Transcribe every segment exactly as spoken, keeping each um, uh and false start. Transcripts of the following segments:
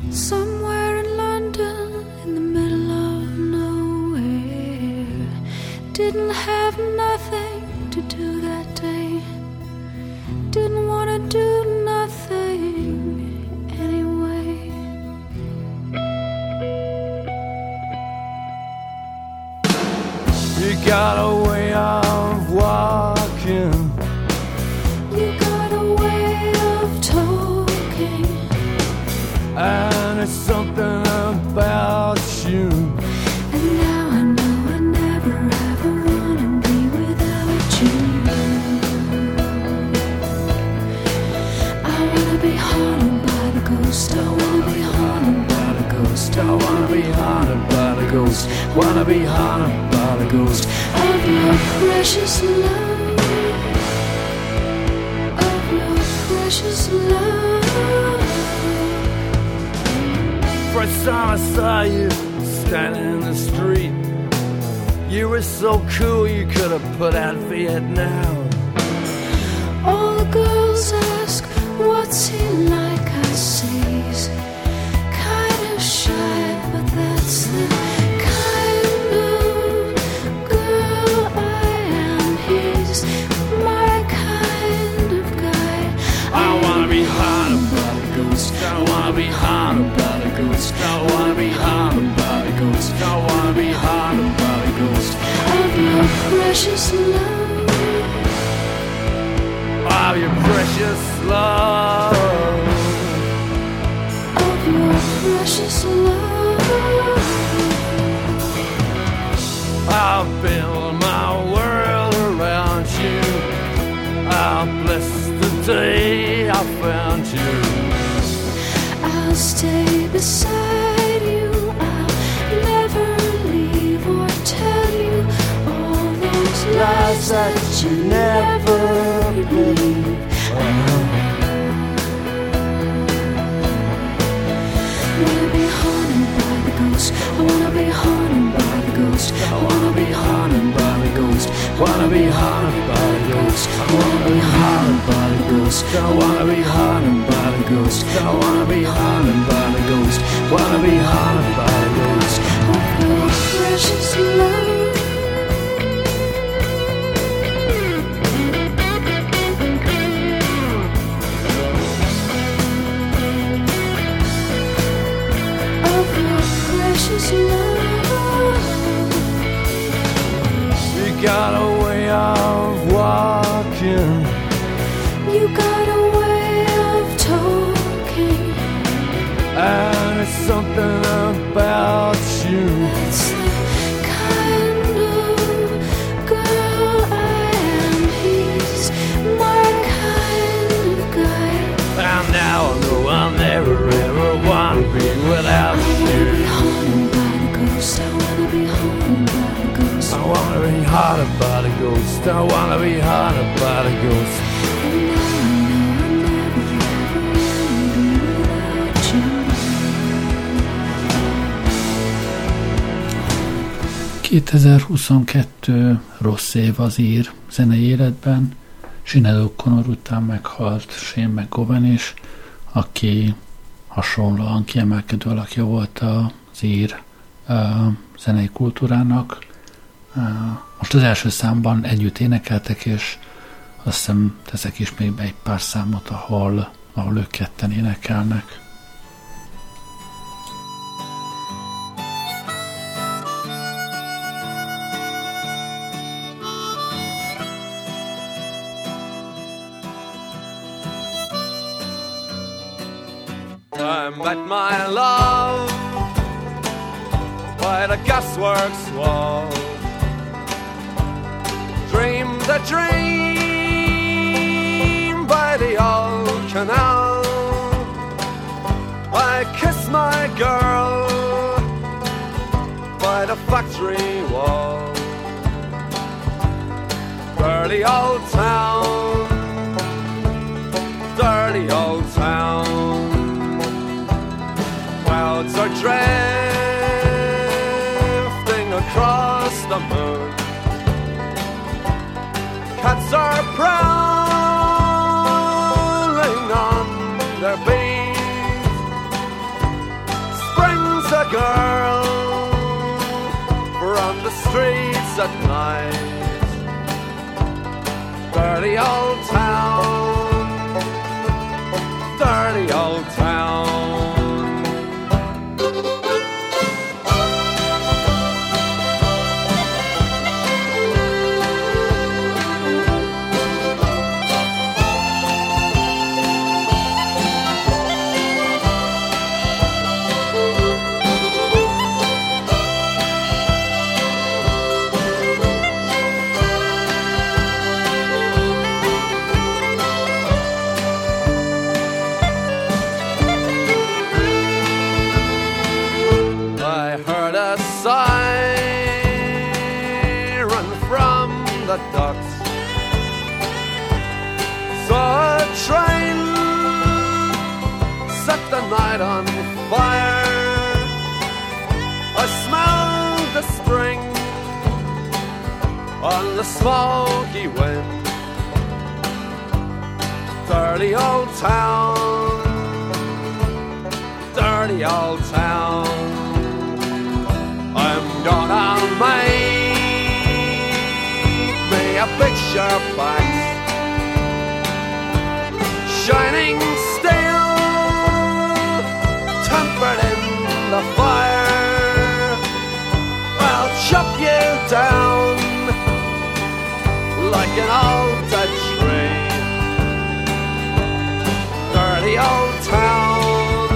somewhere in London, in the middle of nowhere. Didn't have nothing to do that day. Didn't want to do nothing anyway. You got a way of walking. You got a way of talking. And it's something about you. And now I know I never ever want to be without you. I wanna be haunted by the ghost. I wanna be haunted by the ghost. I wanna be haunted by the ghost. Wanna be haunted by the ghost of your precious love. Of your precious love. First time I saw you standing in the street, you were so cool you could have put out Vietnam. All the girls ask, what's he like? I say he's kind of shy, but that's the kind of girl I am. He's my kind of guy. I wanna be haunted by the ghost. I wanna be haunted by the ghost. I wanna be haunted by the ghost. I wanna be haunted by the ghost of your precious love. Of your precious love. Of your precious love. I'll build my world around you. I'll bless the day I found you. I'll stay beside you. I'll never leave or tell you all those lies that you never believe. I wanna be haunted by the ghost. I wanna be haunted by the ghost. I wanna be haunted by the ghost. Wanna be haunted by the ghost. I wanna be haunted by the ghost. I wanna be haunted by the ghost. I wanna be haunted by the ghost. Wanna be haunted by the ghost of your precious love. Precious love. You got a way of walking. You got a way of talking. And it's something about you. It's the kind of girl I am. He's my kind of guy. And now I know I'll never ever want to be without I you. wanna be haunted by the ghost. I wanna be haunted by the ghost. I wanna be haunted by the ghost. I wanna be haunted by the ghost. And now I know I never ever wanna be without you. kétezer-huszonkettő rossz év az ír zenei életben. Sinéad O'Connor után meghalt Shane McGowan is, aki hasonlóan kiemelkedő alakja volt az ír uh, zenei kultúrának. Uh, most az első számban együtt énekeltek, és azt hiszem teszek is még be egy pár számot, ahol, ahol ők ketten énekelnek. I met my love by the gasworks wall. Dreamed a dream by the old canal. I kissed my girl by the factory wall. Dirty old town, dirty old town. Clouds are drifting across the moon. Cats are prowling on their beat. streets at night. Dirty old town, dirty old town. The docks, saw a train set the night on fire. I smelled the spring on the smoky wind. Dirty old town, dirty old town. I'm gonna make a picture box, shining steel, tempered in the fire. I'll chop you down like an old dead tree. Dirty old town,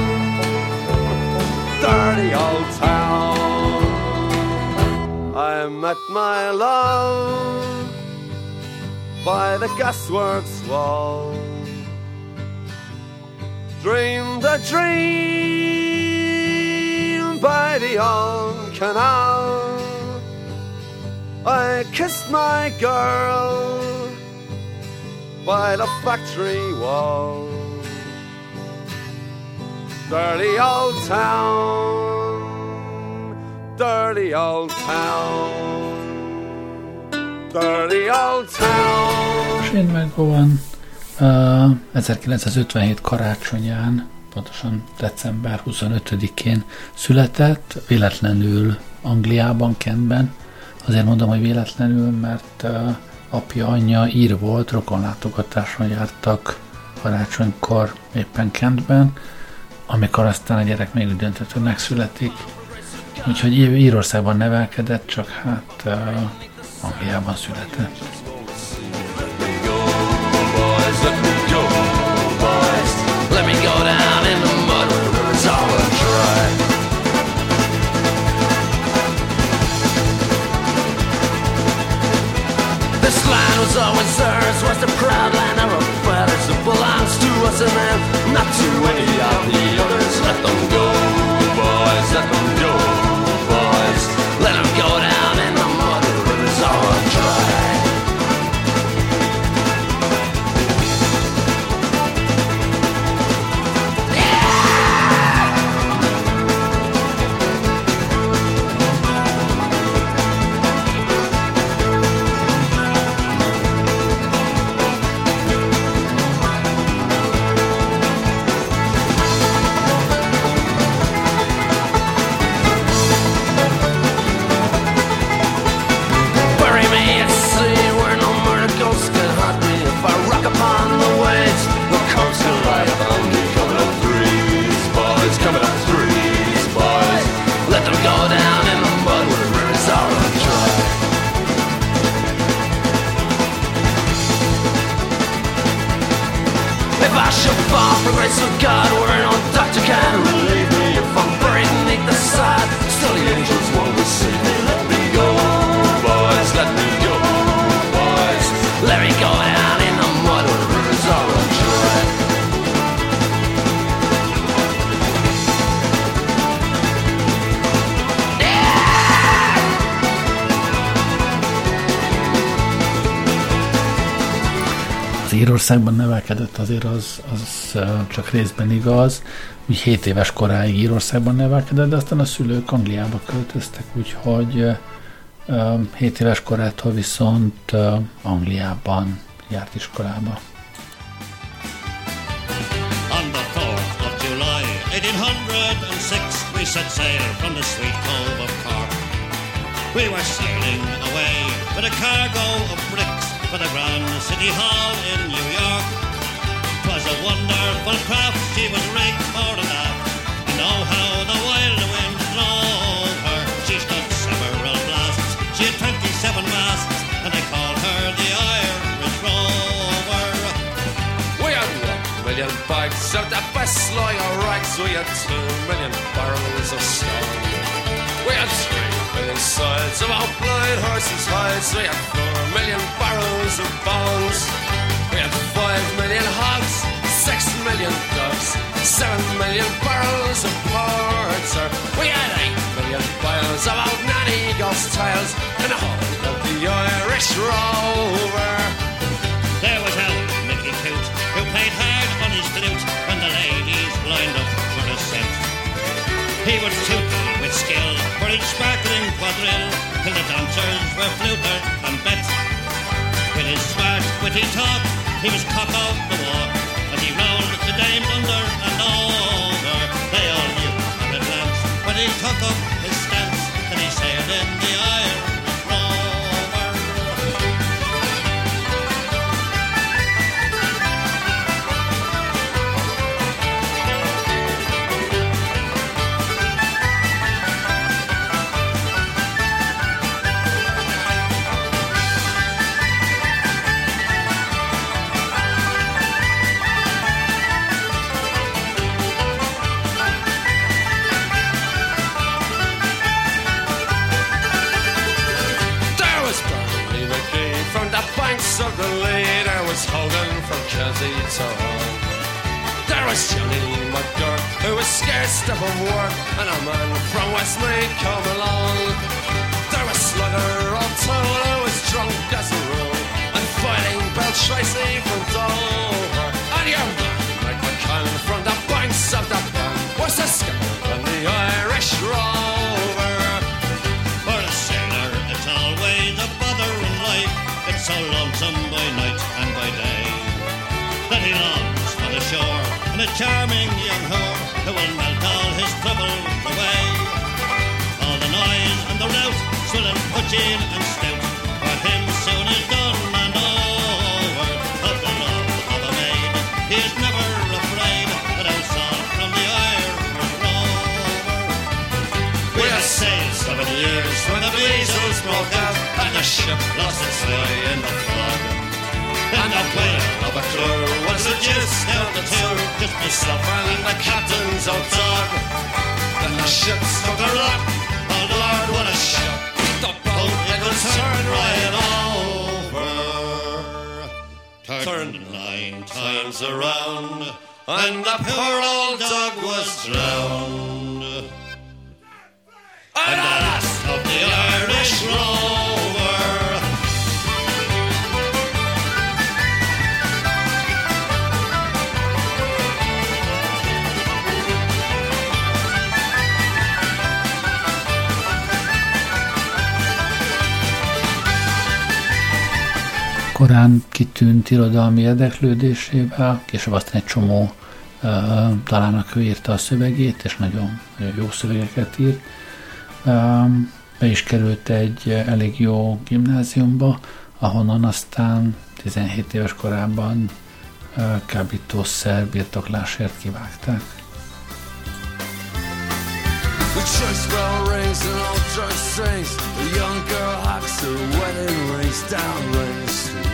dirty old town. I met my love by the gasworks wall, dreamed a dream by the old canal. I kissed my girl by the factory wall. Dirty old town, dirty old town. Dirty old town. Shane MacGowan uh, ezerkilencszázötvenhét karácsonyán, pontosan december huszonötödikén született, véletlenül Angliában, Kentben. Azért mondom, hogy véletlenül, mert uh, apja, anyja ír volt, rokonlátogatáson jártak karácsonykor éppen Kentben, amikor aztán a gyerek még úgy döntött, hogy megszületik. Úgyhogy Írországban nevelkedett, csak hát uh, Angliában született. This land was always ours, was the proud land of our fathers. It belongs to us and them, not to any of the others. Let them go, boys, let them go, boys. Let them go down in the mud, the rivers all dry. So God, where no doctor can relieve me. If I'm buried beneath the sod, still the angels won't receive me. Let me go, boys, let me go, boys. Let me go down in the mud where the rivers are all dry. Írországban nevelkedett, azért az, az csak részben igaz. Úgy hét éves koráig Írországban nevelkedett, de aztán a szülők Angliába költöztek, úgyhogy hét éves korától viszont Angliában járt iskolába. On the fourth of July, eighteen oh six, we set sail from the sweet cove of Cork. We were sailing away with a cargo of bricks for the Grand City Hall in New York. 'Twas a wonderful craft, she was rigged for an aft, and oh how the wild wind drove her. She stood several blasts, she had twenty-seven masts, and they called her the Irish Rover. We had one million bags of the best lager rags, we had two million barrels of stone. We had three million sides of our blind horses' hides, we had four million barrels of bones. We had five million hogs, six million dogs, seven million barrels of porter. We had eight million bales of old Nanny Ghost tales, and the whole of the Irish Rover. There was old Mickey Coot, who played hard on his flute when the ladies lined up for the scent. He would toot with skill for each sparkling quadrille, till the dancers were fluted and bet. With his smart, witty talk, he was cock of the walk, and he rolled the dames under and over. They all knew at a glance when he took up his stance that he sailed in the Irish Rover. Of the lead, there was Hogan from Kelsey to Hull. There was Johnny McGurk, who was scared stiff of work, and a man from Westmeath come along. There was Slugger O'Toole, who was drunk as a rule, and Fighting Bill Tracy from Dover. And your man, Mike McCann, from the banks of the Bank, was the skipper on the Irish Rover. For a sailor, it's always a bother in life. It's so lonesome by night and by day that he longs for the shore and a charming young whore who will melt all his troubles away. All the noise and the rout, swilling, pudging and stout, for him soon is done and over. Of the love of a maid, he is never afraid that I'll salt from the Irish Rover. We have sailed seven years when the measles broke out, and the ship lost its way in the fog. And the whale of a crew was a gist down the two, just myself and the captain's old dog. Then the ship struck a rock, oh Lord, what a shock. The boat, it was turned right over. Turned nine times around, and the poor old dog was drowned. And the last of the Irish Rover. Korán kitűnt irodalmi érdeklődésével, később aztán egy csomó uh, talának ő írta a szövegét, és nagyon, nagyon jó szövegeket írt. Um, be is került egy elég jó gimnáziumba, ahonnan aztán tizenhét éves korában uh, kábítószer birtoklásért kivágták. The church bell rings and old church sings. The young girl hawks her wedding rings down Rain Street.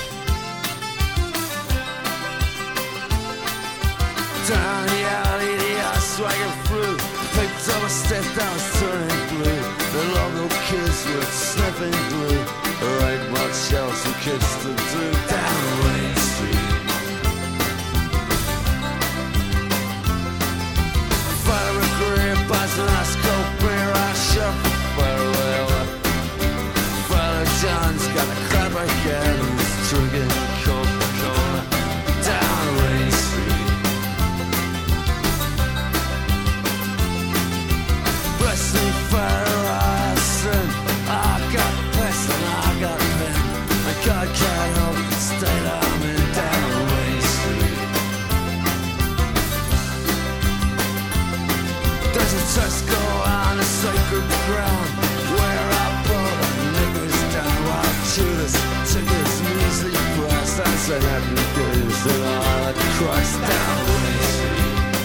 Down the alley, the eye swagging through. Picked up a step that was turning blue. The local kids were sniffing glue. There ain't much else for kids to do down Rain Street. Fire a career, buys an ice cold beer, I shove the barrel up. Father John's got a crab again, he's drinking Coca-Cola down Rain Street. Bless me, fire, I sin. I got pest and I got men. And God can't help the state I'm in down Rain Street. There's a Tesco on a sacred ground where I burn happy days and all that crushed down Main Street.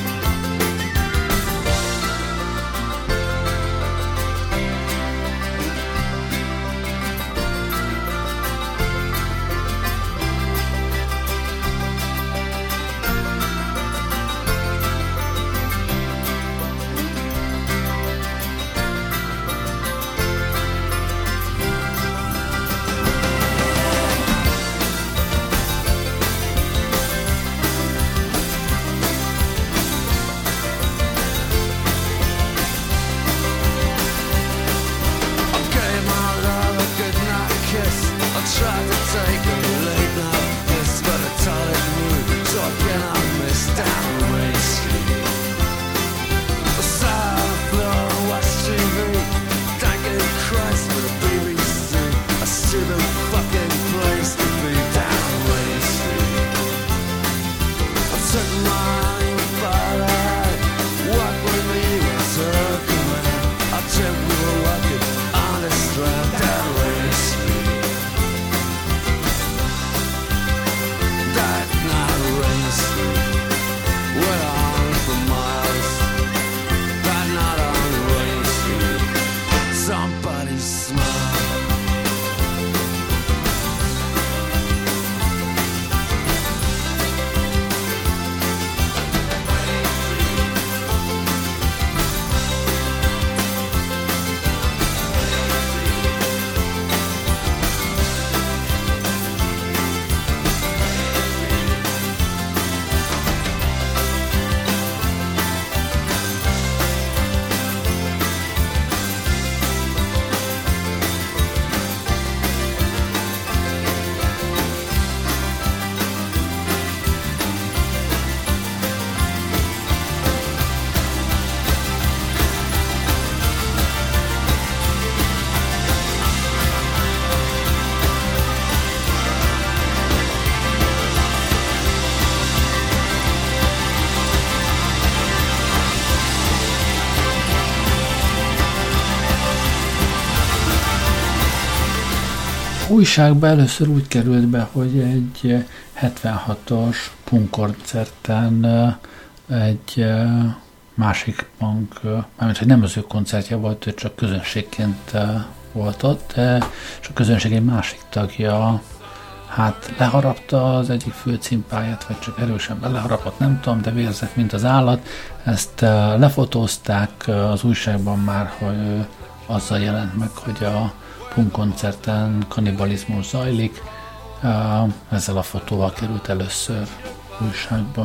Újságba először úgy került be, hogy egy hetvenhatos punk koncerten egy másik punk, mármint, hogy nem az ő koncertje volt, ő csak közönségként volt ott, és a közönség egy másik tagja hát leharapta az egyik főcímpáját, vagy csak erősen beleharapott, nem tudom, de vérzett, mint az állat. Ezt lefotózták az újságban már, hogy azzal jelent meg, hogy a punk koncerten kannibalizmus zajlik. Ezzel a fotóval került először újságba.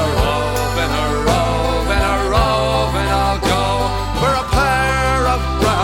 Rove and a rove and I'll go for a pair of brown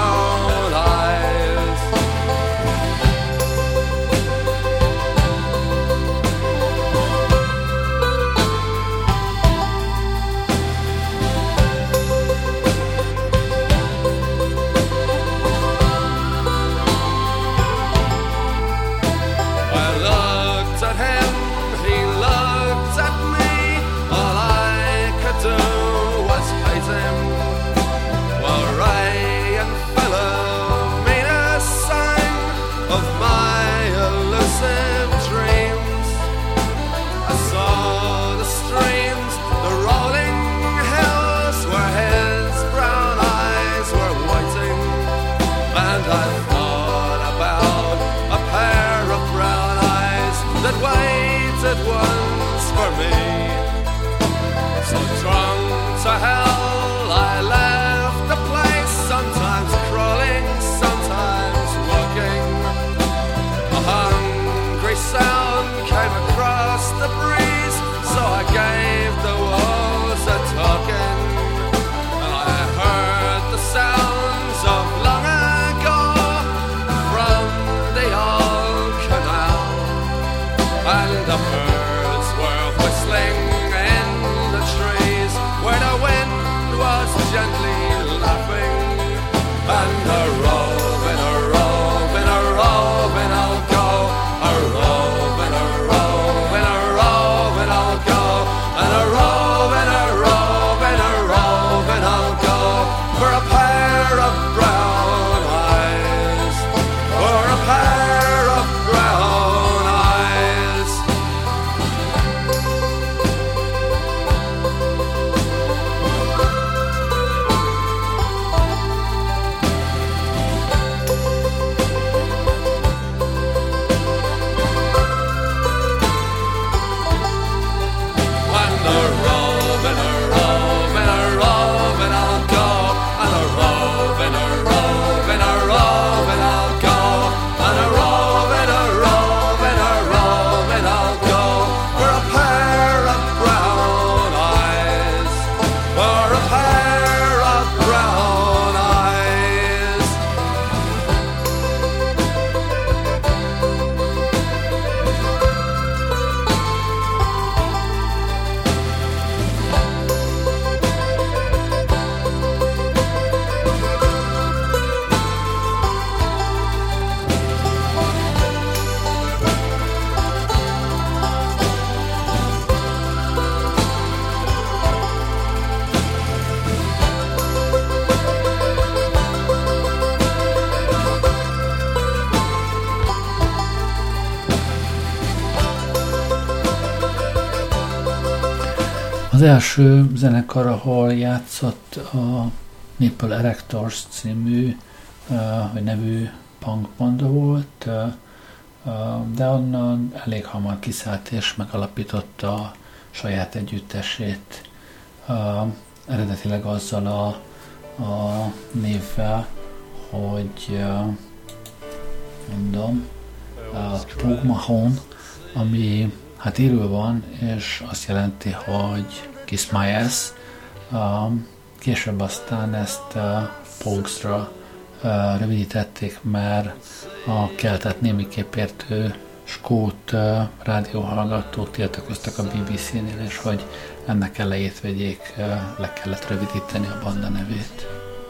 Az első zenekar, ahol játszott, a Nipple Erectors című, vagy nevű punk banda volt, de onnan elég hamar kiszállt és megalapította a saját együttesét, eredetileg azzal a, a névvel, hogy mondom, Pug Mahon, ami hát írül van, és azt jelenti, hogy Kiss My Ass. Később aztán ezt Pogsra rövidítették, mert a keltet némiképp értő skót rádióhallgatók tiltakoztak a bé bé cé-nél, és hogy ennek elejét vegyék, le kellett rövidíteni a banda nevét.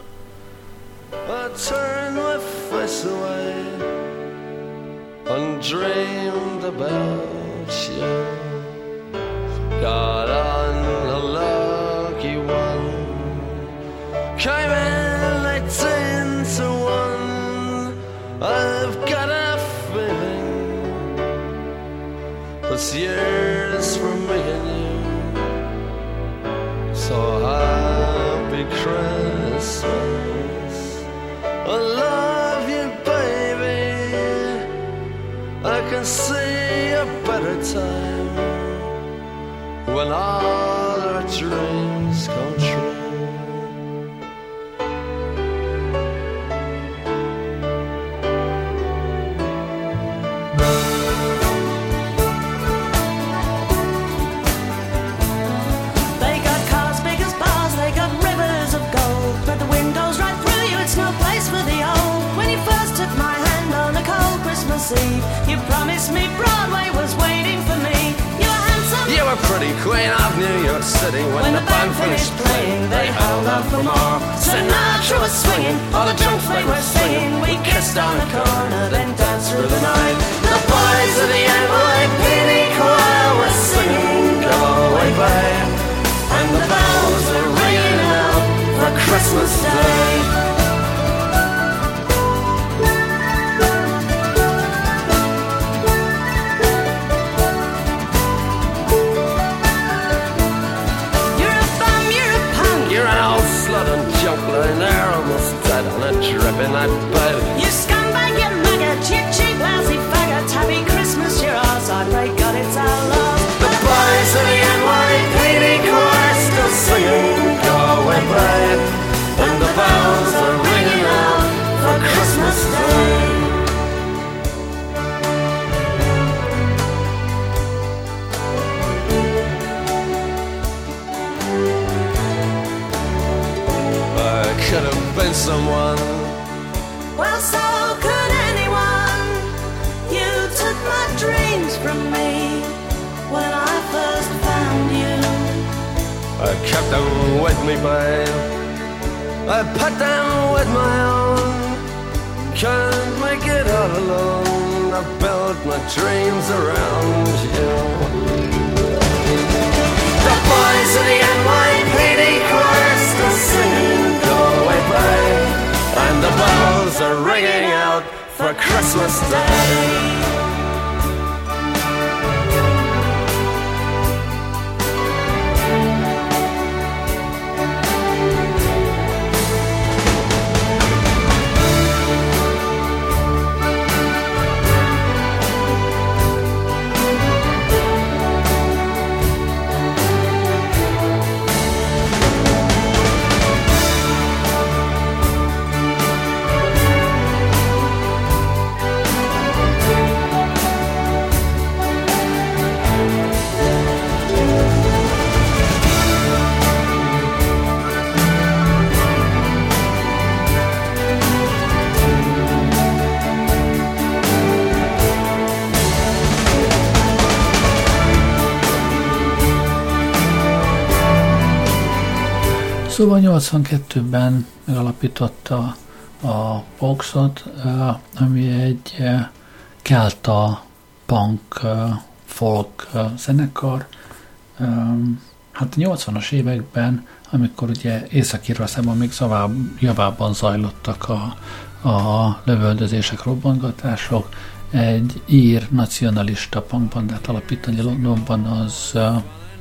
And dreamed about you. Got on a lucky one. Came in eighteen to one. I've got a feeling this year's for me and you. So happy Christmas. I love you, baby. I can see a better time when all our dreams come true. They got cars big as bars, they got rivers of gold, but the windows right through you, it's no place for the old. When you first took my hand on a cold Christmas Eve, you promised me Broadway was waiting for me. You were handsome, You were pretty queen of New York City. When, when the band finished playing, they held out for more. Sinatra was swinging, all the drunks they were singing. We kissed on the corner, then danced through the night. The boys of the N Y P D choir were singing Go Away Babe, and the bells were ringing out for Christmas Day. Lying there almost dead on a dripping night bed. You scumbag, you maggot, you cheap lousy faggot. Happy Christmas, you're ours, I pray God it's our love. The boys of the N Y P D choir still singing Go Away Babe, and the bells are ringing out for Christmas Day. Could have been someone. Well, so could anyone. You took my dreams from me when I first found you. I kept them with me, babe. I put them with my own. Can't make it all alone. I built my dreams around you. The boys of the N Y P D choir still singing and the bells are ringing out for Christmas Day. Szóval nyolcvankettőben megalapította a Pogsot, ami egy kelta punk folk zenekar. Hát a nyolcvanas években, amikor ugye Észak-Írországban még javában zajlottak a, a lövöldözések, robbantgatások, egy ír nacionalista punkbandát alapítani Londonban, az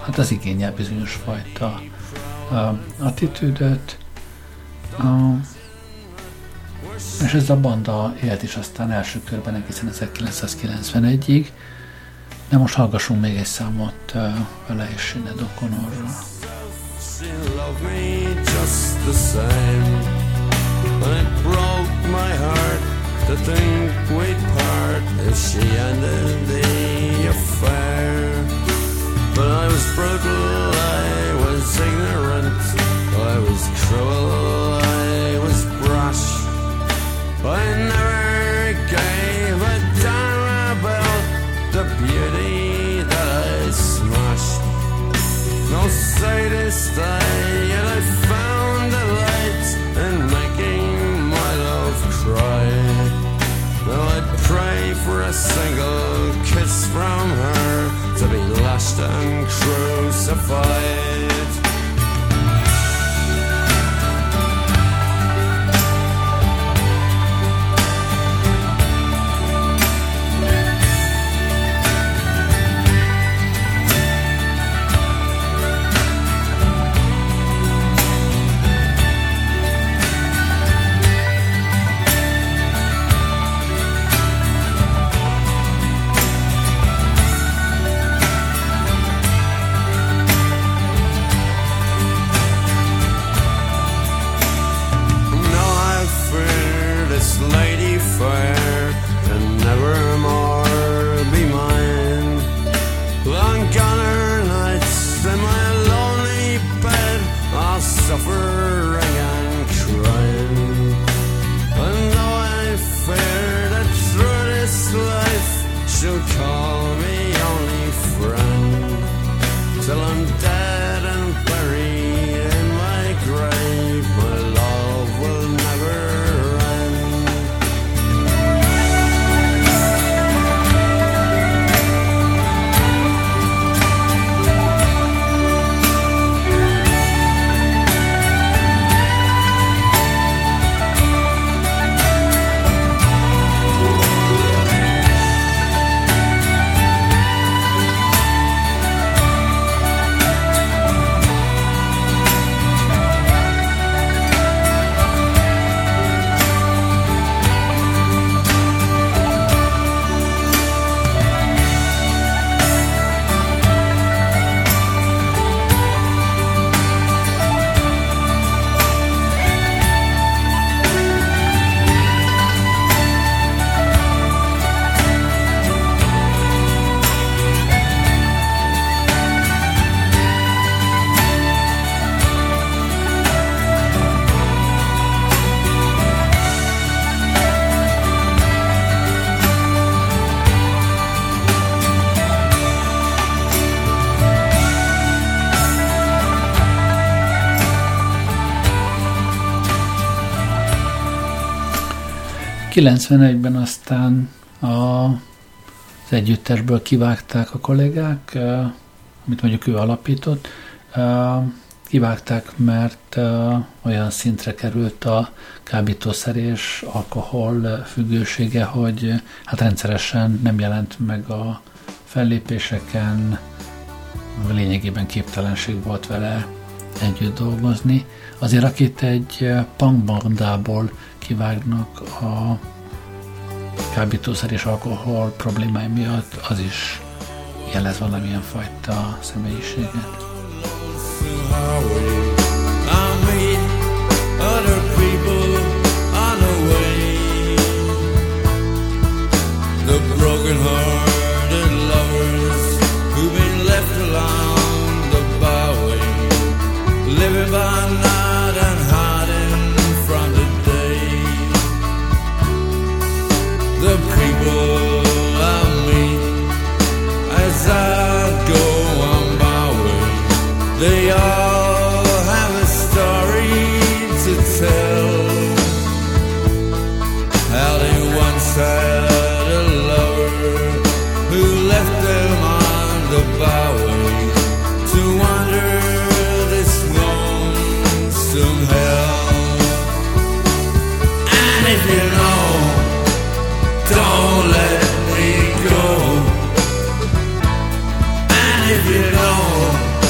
hát az igényel bizonyos fajta uh, attitűdöt, uh, és ez a banda élt is aztán első körben egészen ezerkilencszázkilencvenegyig, de most hallgassunk még egy számot uh, vele és Sinéad O'Connorról. She loved me just the same, and it broke my heart to think we'd part if she ended the affair. But I was brutal, I was ignorant, I was cruel, I was brash. I never gave a damn about the beauty that I smashed. No sadist I, yet I found delight in making my love cry. Now I'd pray for a single kiss from her to be lashed and crucified. kilencvenegyben aztán a, az együttesből kivágták a kollégák, amit mondjuk ő alapított, kivágták, mert olyan szintre került a kábítószer és alkohol függősége, hogy hát rendszeresen nem jelent meg a fellépéseken, lényegében képtelenség volt vele együtt dolgozni. Azért akit egy punkbandából kivágnak a kábítószer és alkohol problémái miatt, az is jelez valamilyen fajta személyiséget. Living by night and hiding from the day. The people I meet as I go on my way, they all have a story to tell. How they once had a lover who left them on the byway to wander hell. And if you know, don't let me go. And if you know,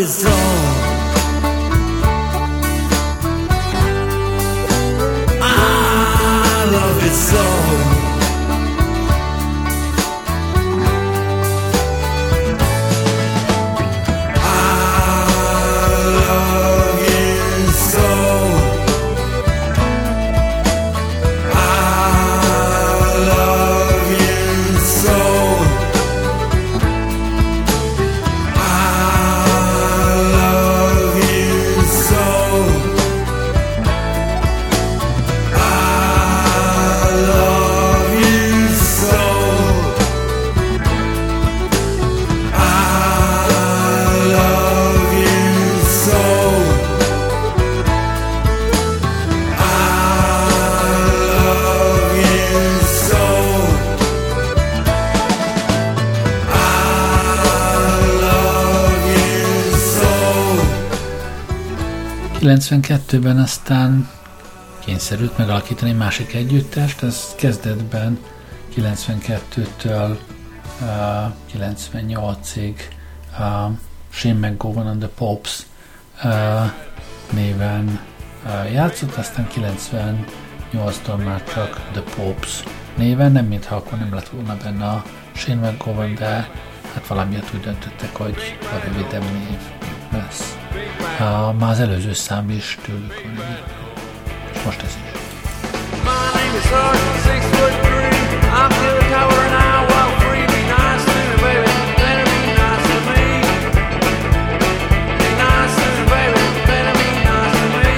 you so. I love you so. kilencvenkettőben aztán kényszerült megalakítani egy másik együttest, ez kezdetben kilencvenkettőtől uh, kilencvennyolcig uh, Shane McGowan and the Popes uh, néven uh, játszott, aztán kilencvennyolctól már csak The Popes néven, nem mintha akkor nem lett volna benne a Shane McGowan, de hát valamiért úgy döntöttek, hogy a rövidebb név lesz. Uh, már az előző szám is tőlük van, és most ez is. My name is Sergeant Six Foot Three. I'm still a tower and I walk free. Be nice to me, baby. Better be nice to me. Be nice to me, baby. Better be nice to me.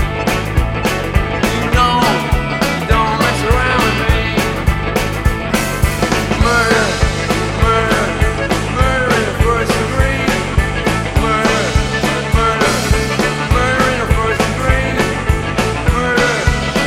You know, don't mess around with me. Murder, murder, murder in the first degree. Murder, murder, murder in the first degree. Murder.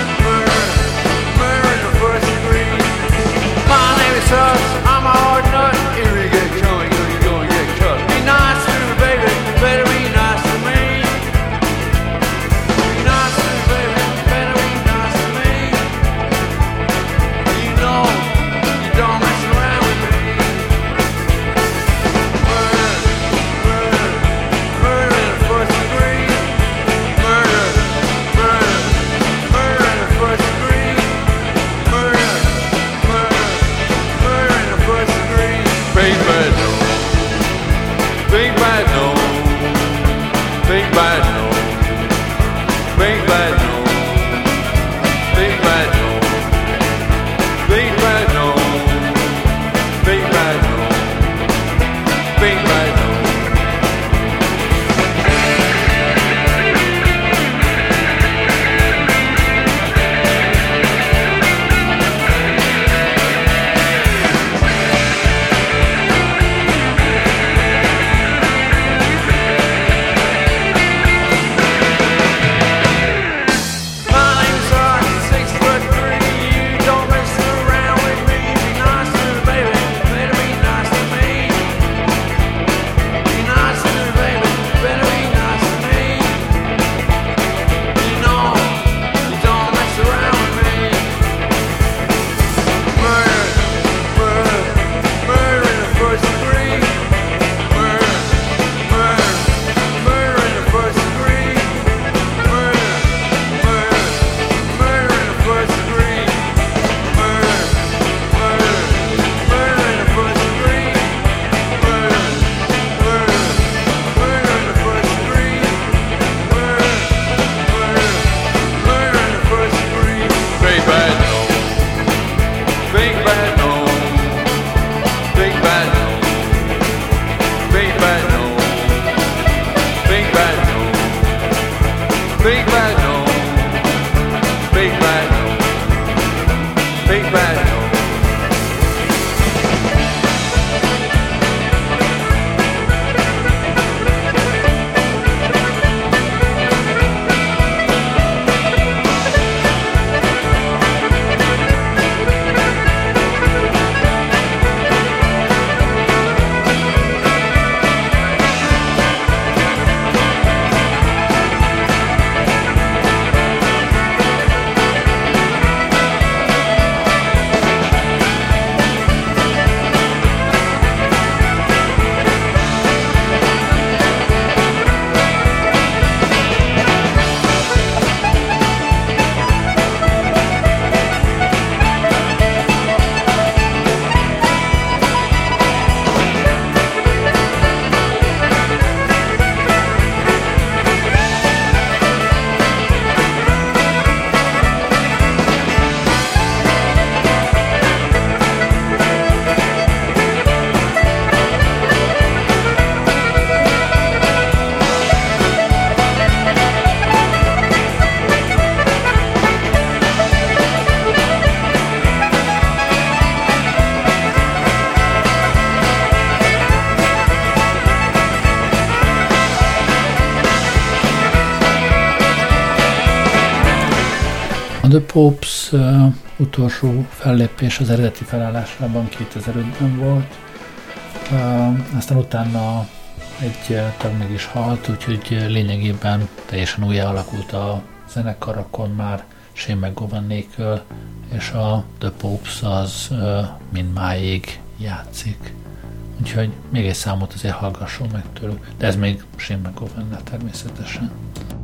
The Popes uh, utolsó fellépés az eredeti felállásában kétezer-ötben volt, uh, aztán utána egy uh, tag meg is halt, úgyhogy lényegében teljesen újjá alakult a zenekar, akkor már Shane McGowan nélkül, és a The Popes az uh, mindmáig játszik. Úgyhogy még egy számot azért hallgassunk meg tőlük, de ez még Shane McGowan-nál természetesen.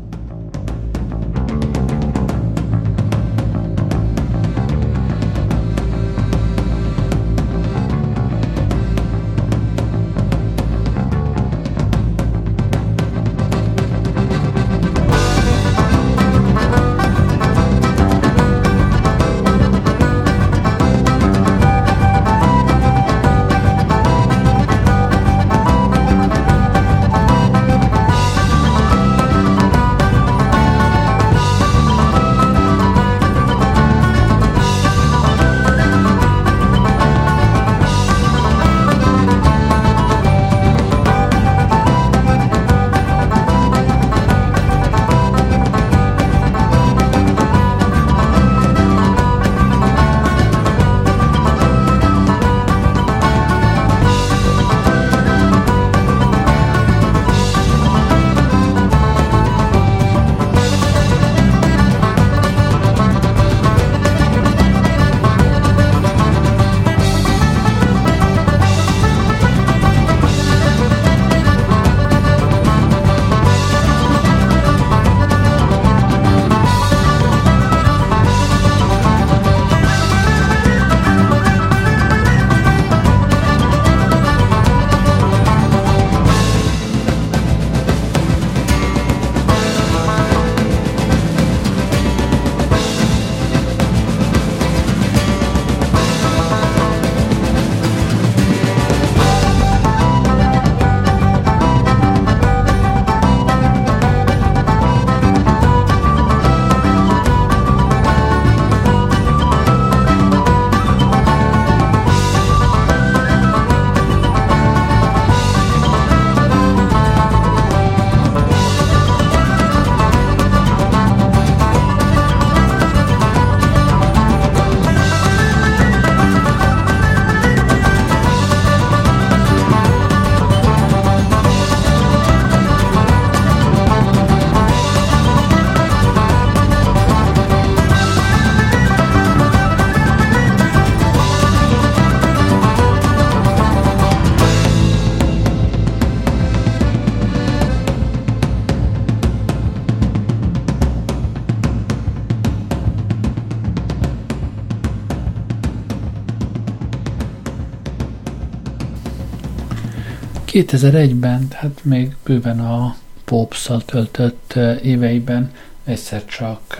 kétezer-egyben, tehát még bőven a Popes-szal töltött éveiben egyszer csak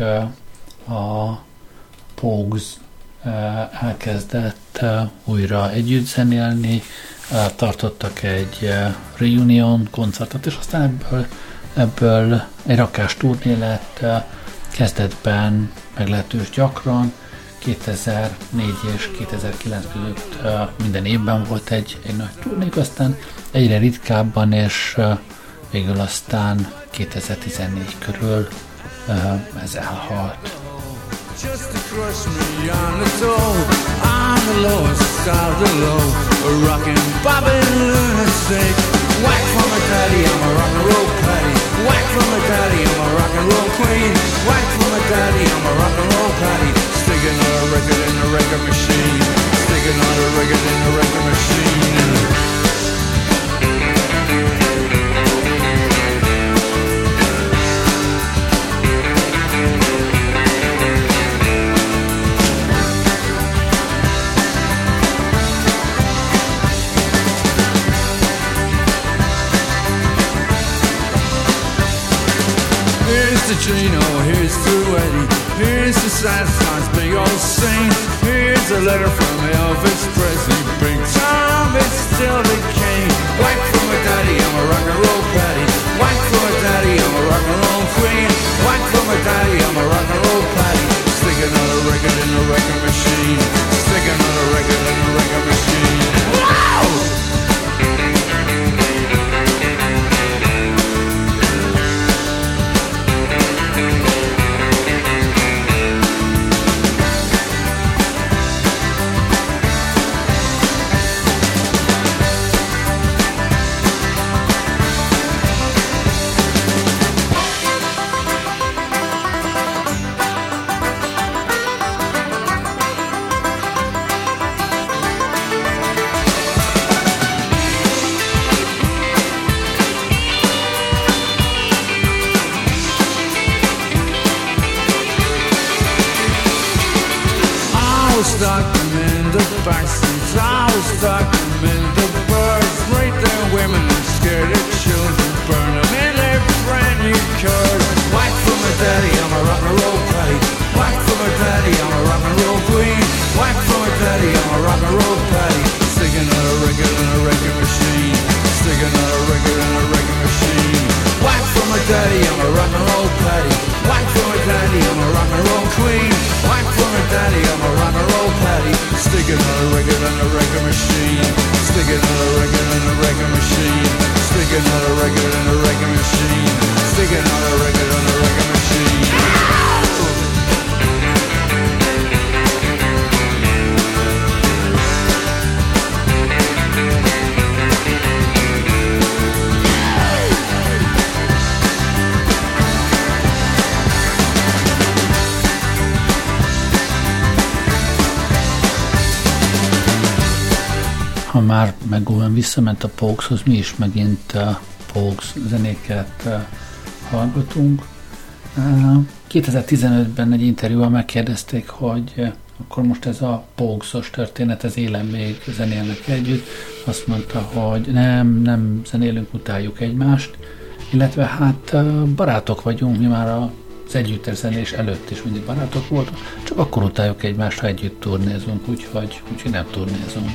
a Pogues elkezdett újra együtt zenélni, tartottak egy reunion koncertet, és aztán ebből, ebből egy rakás turné lett, kezdetben meglehetős gyakran, kétezer-négy és kétezer-kilenc között minden évben volt egy, egy nagy turnék, aztán egyre ritkábban, és végül aztán kétezer-tizennégy körül ez elhalt. Just to crush me on the toe, I'm the lowest of the low, a rockin' Bobby lunatic. Whack from my daddy, I'm a rock and roll patty. Whack from my daddy, I'm a rock and roll queen. Whack from my daddy, I'm a rock and roll patty. Sticking on a record in the record machine. Sticking on a record in the record machine. Here's to Gino, here's to Eddie, here's to Satisfy's big old scene. Here's a letter from Elvis Presley, big time, it's still the king. Whack from my daddy, I'm a rock and roll patty. Whack from my daddy, I'm a rock and roll queen. Whack from my daddy, I'm a rock and roll patty. Sticking on a record in a record machine. Sticking on a record in a record machine. Wow! was stuck in the backseats, I was stuck in the birds, right there women and scared of children, burn them in their brand new cars. Whack from a daddy, I'm a rock and roll patty. Whack from a daddy, I'm a rock and roll queen. Whack from a daddy, I'm a rock and roll patty. Sticking on a record in a record machine. Sticking on a record in a record machine. Whack from a daddy, I'm a rock and roll patty. Whack from a daddy, I'm a rock and roll queen. Whack from a daddy, I'm a rock and roll patty. Sticking on a record in a record machine. Sticking on a record in a record machine. Sticking on a record in a record machine. Sticking on a record in a record machine. Ha már megújban visszament a Pogueshoz, mi is megint uh, Pogues zenéket uh, hallgatunk. Uh, kétezer-tizenötben egy interjúval megkérdezték, hogy uh, akkor most ez a Poguesos történet, ez élen még zenélnek együtt. Azt mondta, hogy nem, nem zenélünk, utáljuk egymást, illetve hát uh, barátok vagyunk, mi már az együtteszenés előtt is mindig barátok voltunk, csak akkor utáljuk egymást, ha együtt turnézunk, úgyhogy, úgyhogy nem turnézunk.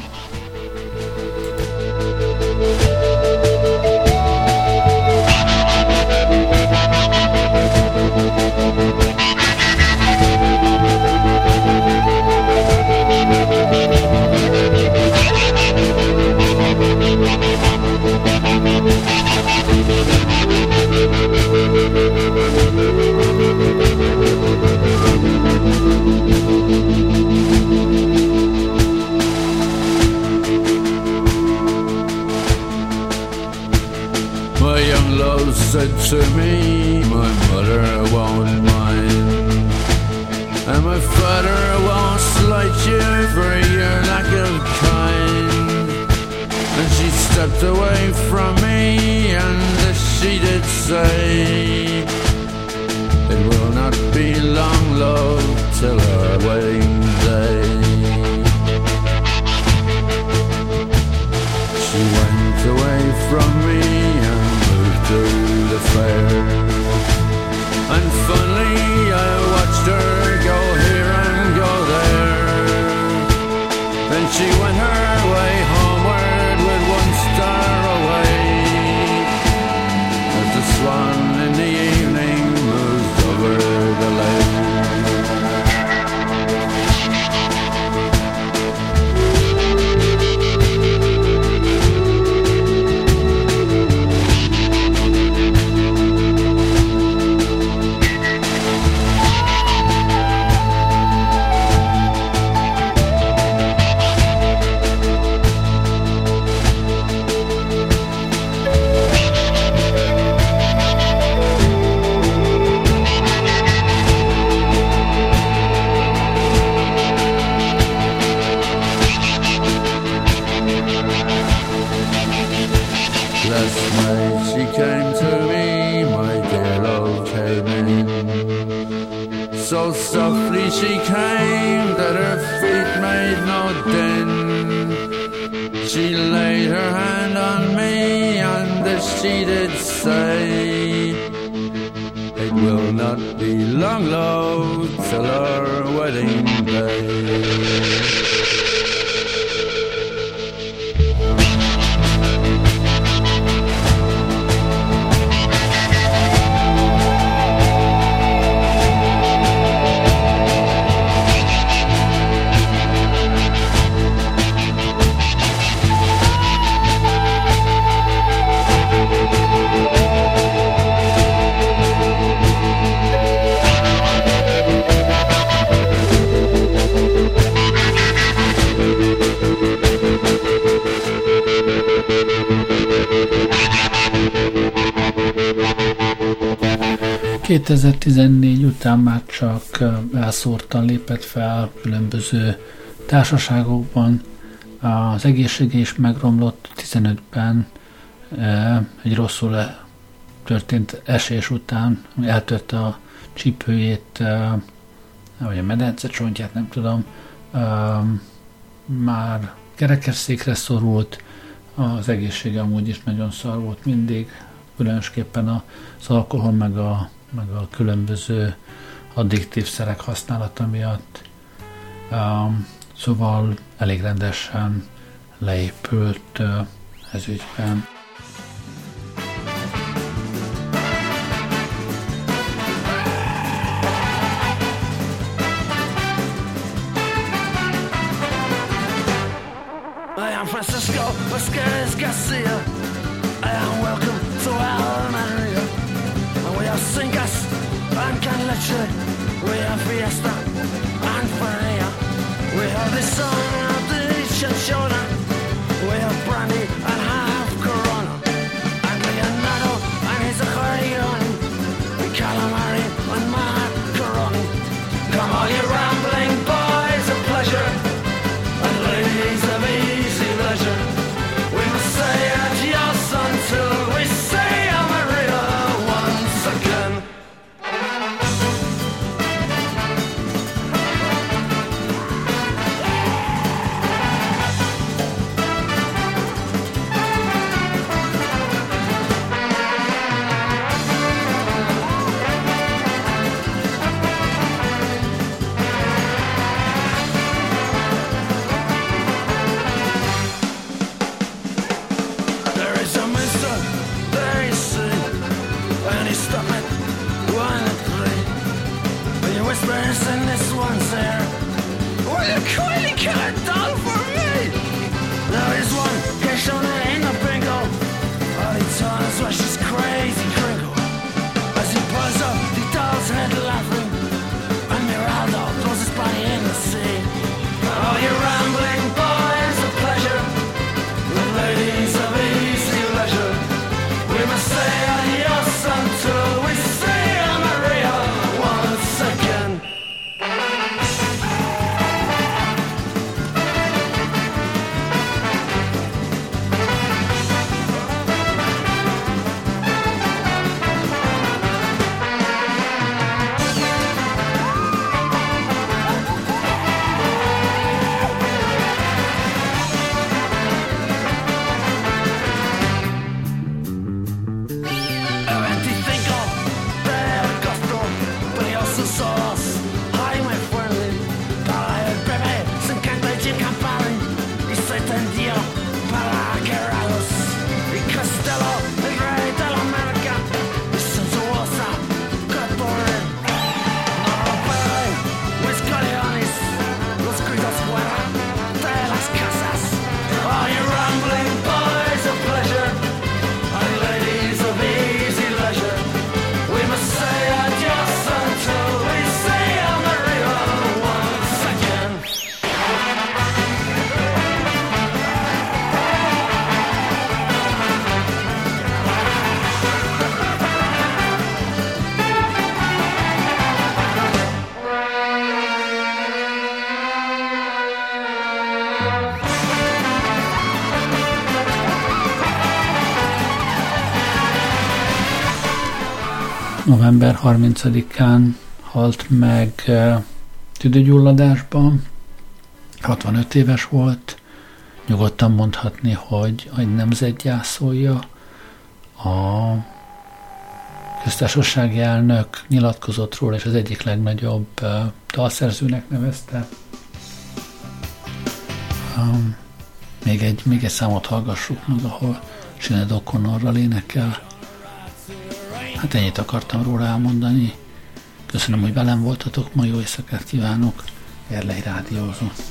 My young love said to me, my mother won't mind, and my father won't slight you for your lack of kind. And she stepped away from me, and she did say, it will not be long, love, till our wedding day. She went away from me and moved to the fair, and funny I watched her go here and go there. Then she went her way homeward with one star away, as the swan in the evening moves over the lake. Last night she came to me, my dear love came in. So softly she came that her feet made no din. She laid her hand on me and as she did say, it will not be long, love, till our wedding day. kétezer-tizennégy után már csak elszórtan lépett fel különböző társaságokban. Az egészsége is megromlott tizenötben egy rosszul történt esés után, eltörte a csípőjét, vagy a medence csontját, nem tudom, um, már kerekesszékre szorult, az egészsége amúgy is nagyon szar volt mindig, különösképpen az alkohol meg a, meg a különböző addiktív szerek használata miatt. Um, szóval elég rendesen leépült uh, ez ügyben. Francisco Vasquez Garcia, and welcome to Almeria. And we have Singas and Canleche, we have Fiesta and Faria. We have the sun of the Chinchona, we have brandy and half Corona, and Leonardo and his accordion, and calamari and macaroni. Come all you rambling boys of pleasure, and ladies of easy leisure. We must say adios until we say Amaria once again. And this one's there. Will you kindly kill a doll for me? There is one Keshona in the bingo. All he told us was she's crazy Kringle. As he pulls up the doll's head laughing, and Miraldo throws his body in the sea. Oh, you rambling boys of pleasure, the ladies of easy leisure. We must say adios until we say Amaria once again. november harmincadikán halt meg uh, tüdőgyulladásban, hatvanöt éves volt, nyugodtan mondhatni, hogy egy nemzetgyászolja. A köztársasági elnök nyilatkozott róla, és az egyik legnagyobb uh, dalszerzőnek nevezte. Um, még, egy, még egy számot hallgassuk meg, ahol Sinead O'Connorral énekel. Hát ennyit akartam róla elmondani. Köszönöm, hogy velem voltatok, ma jó éjszakát kívánok. Erlei rádiózott.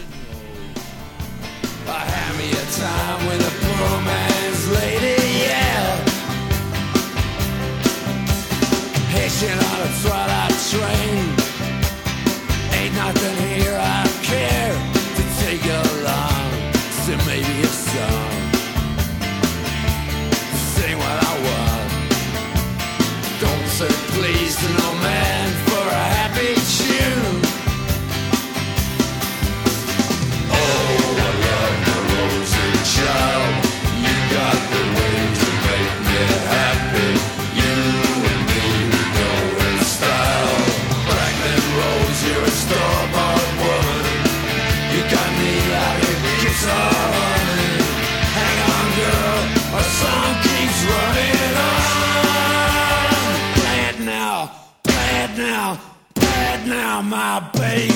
Please to no man for a happy tune. Oh, I love the rosy child. You got the way to make me happy. You and me, we go in style. Blackman Rose, you're a star-bought my baby.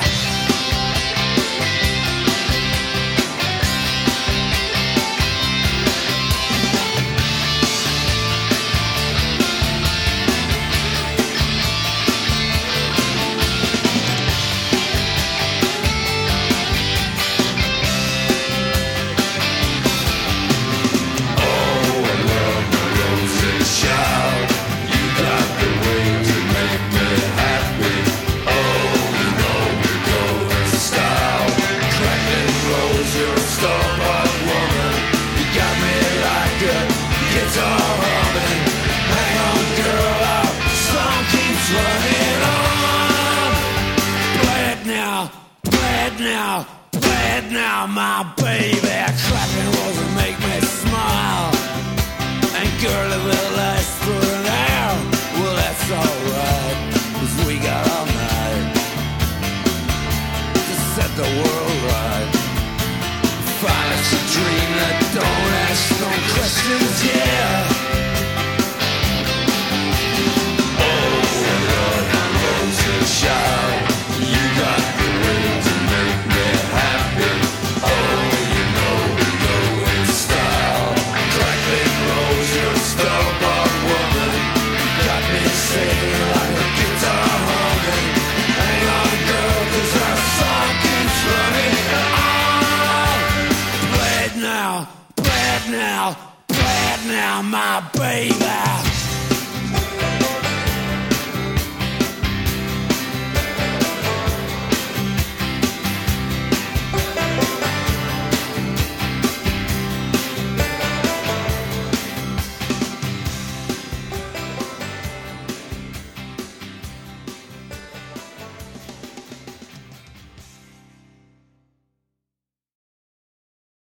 Now, play it now, my baby. Clapping wasn't make me smile. And girl, if it lasts for an hour, well, that's alright, cause we got all night to set the world right. Find us a dream that don't ask no questions, yeah.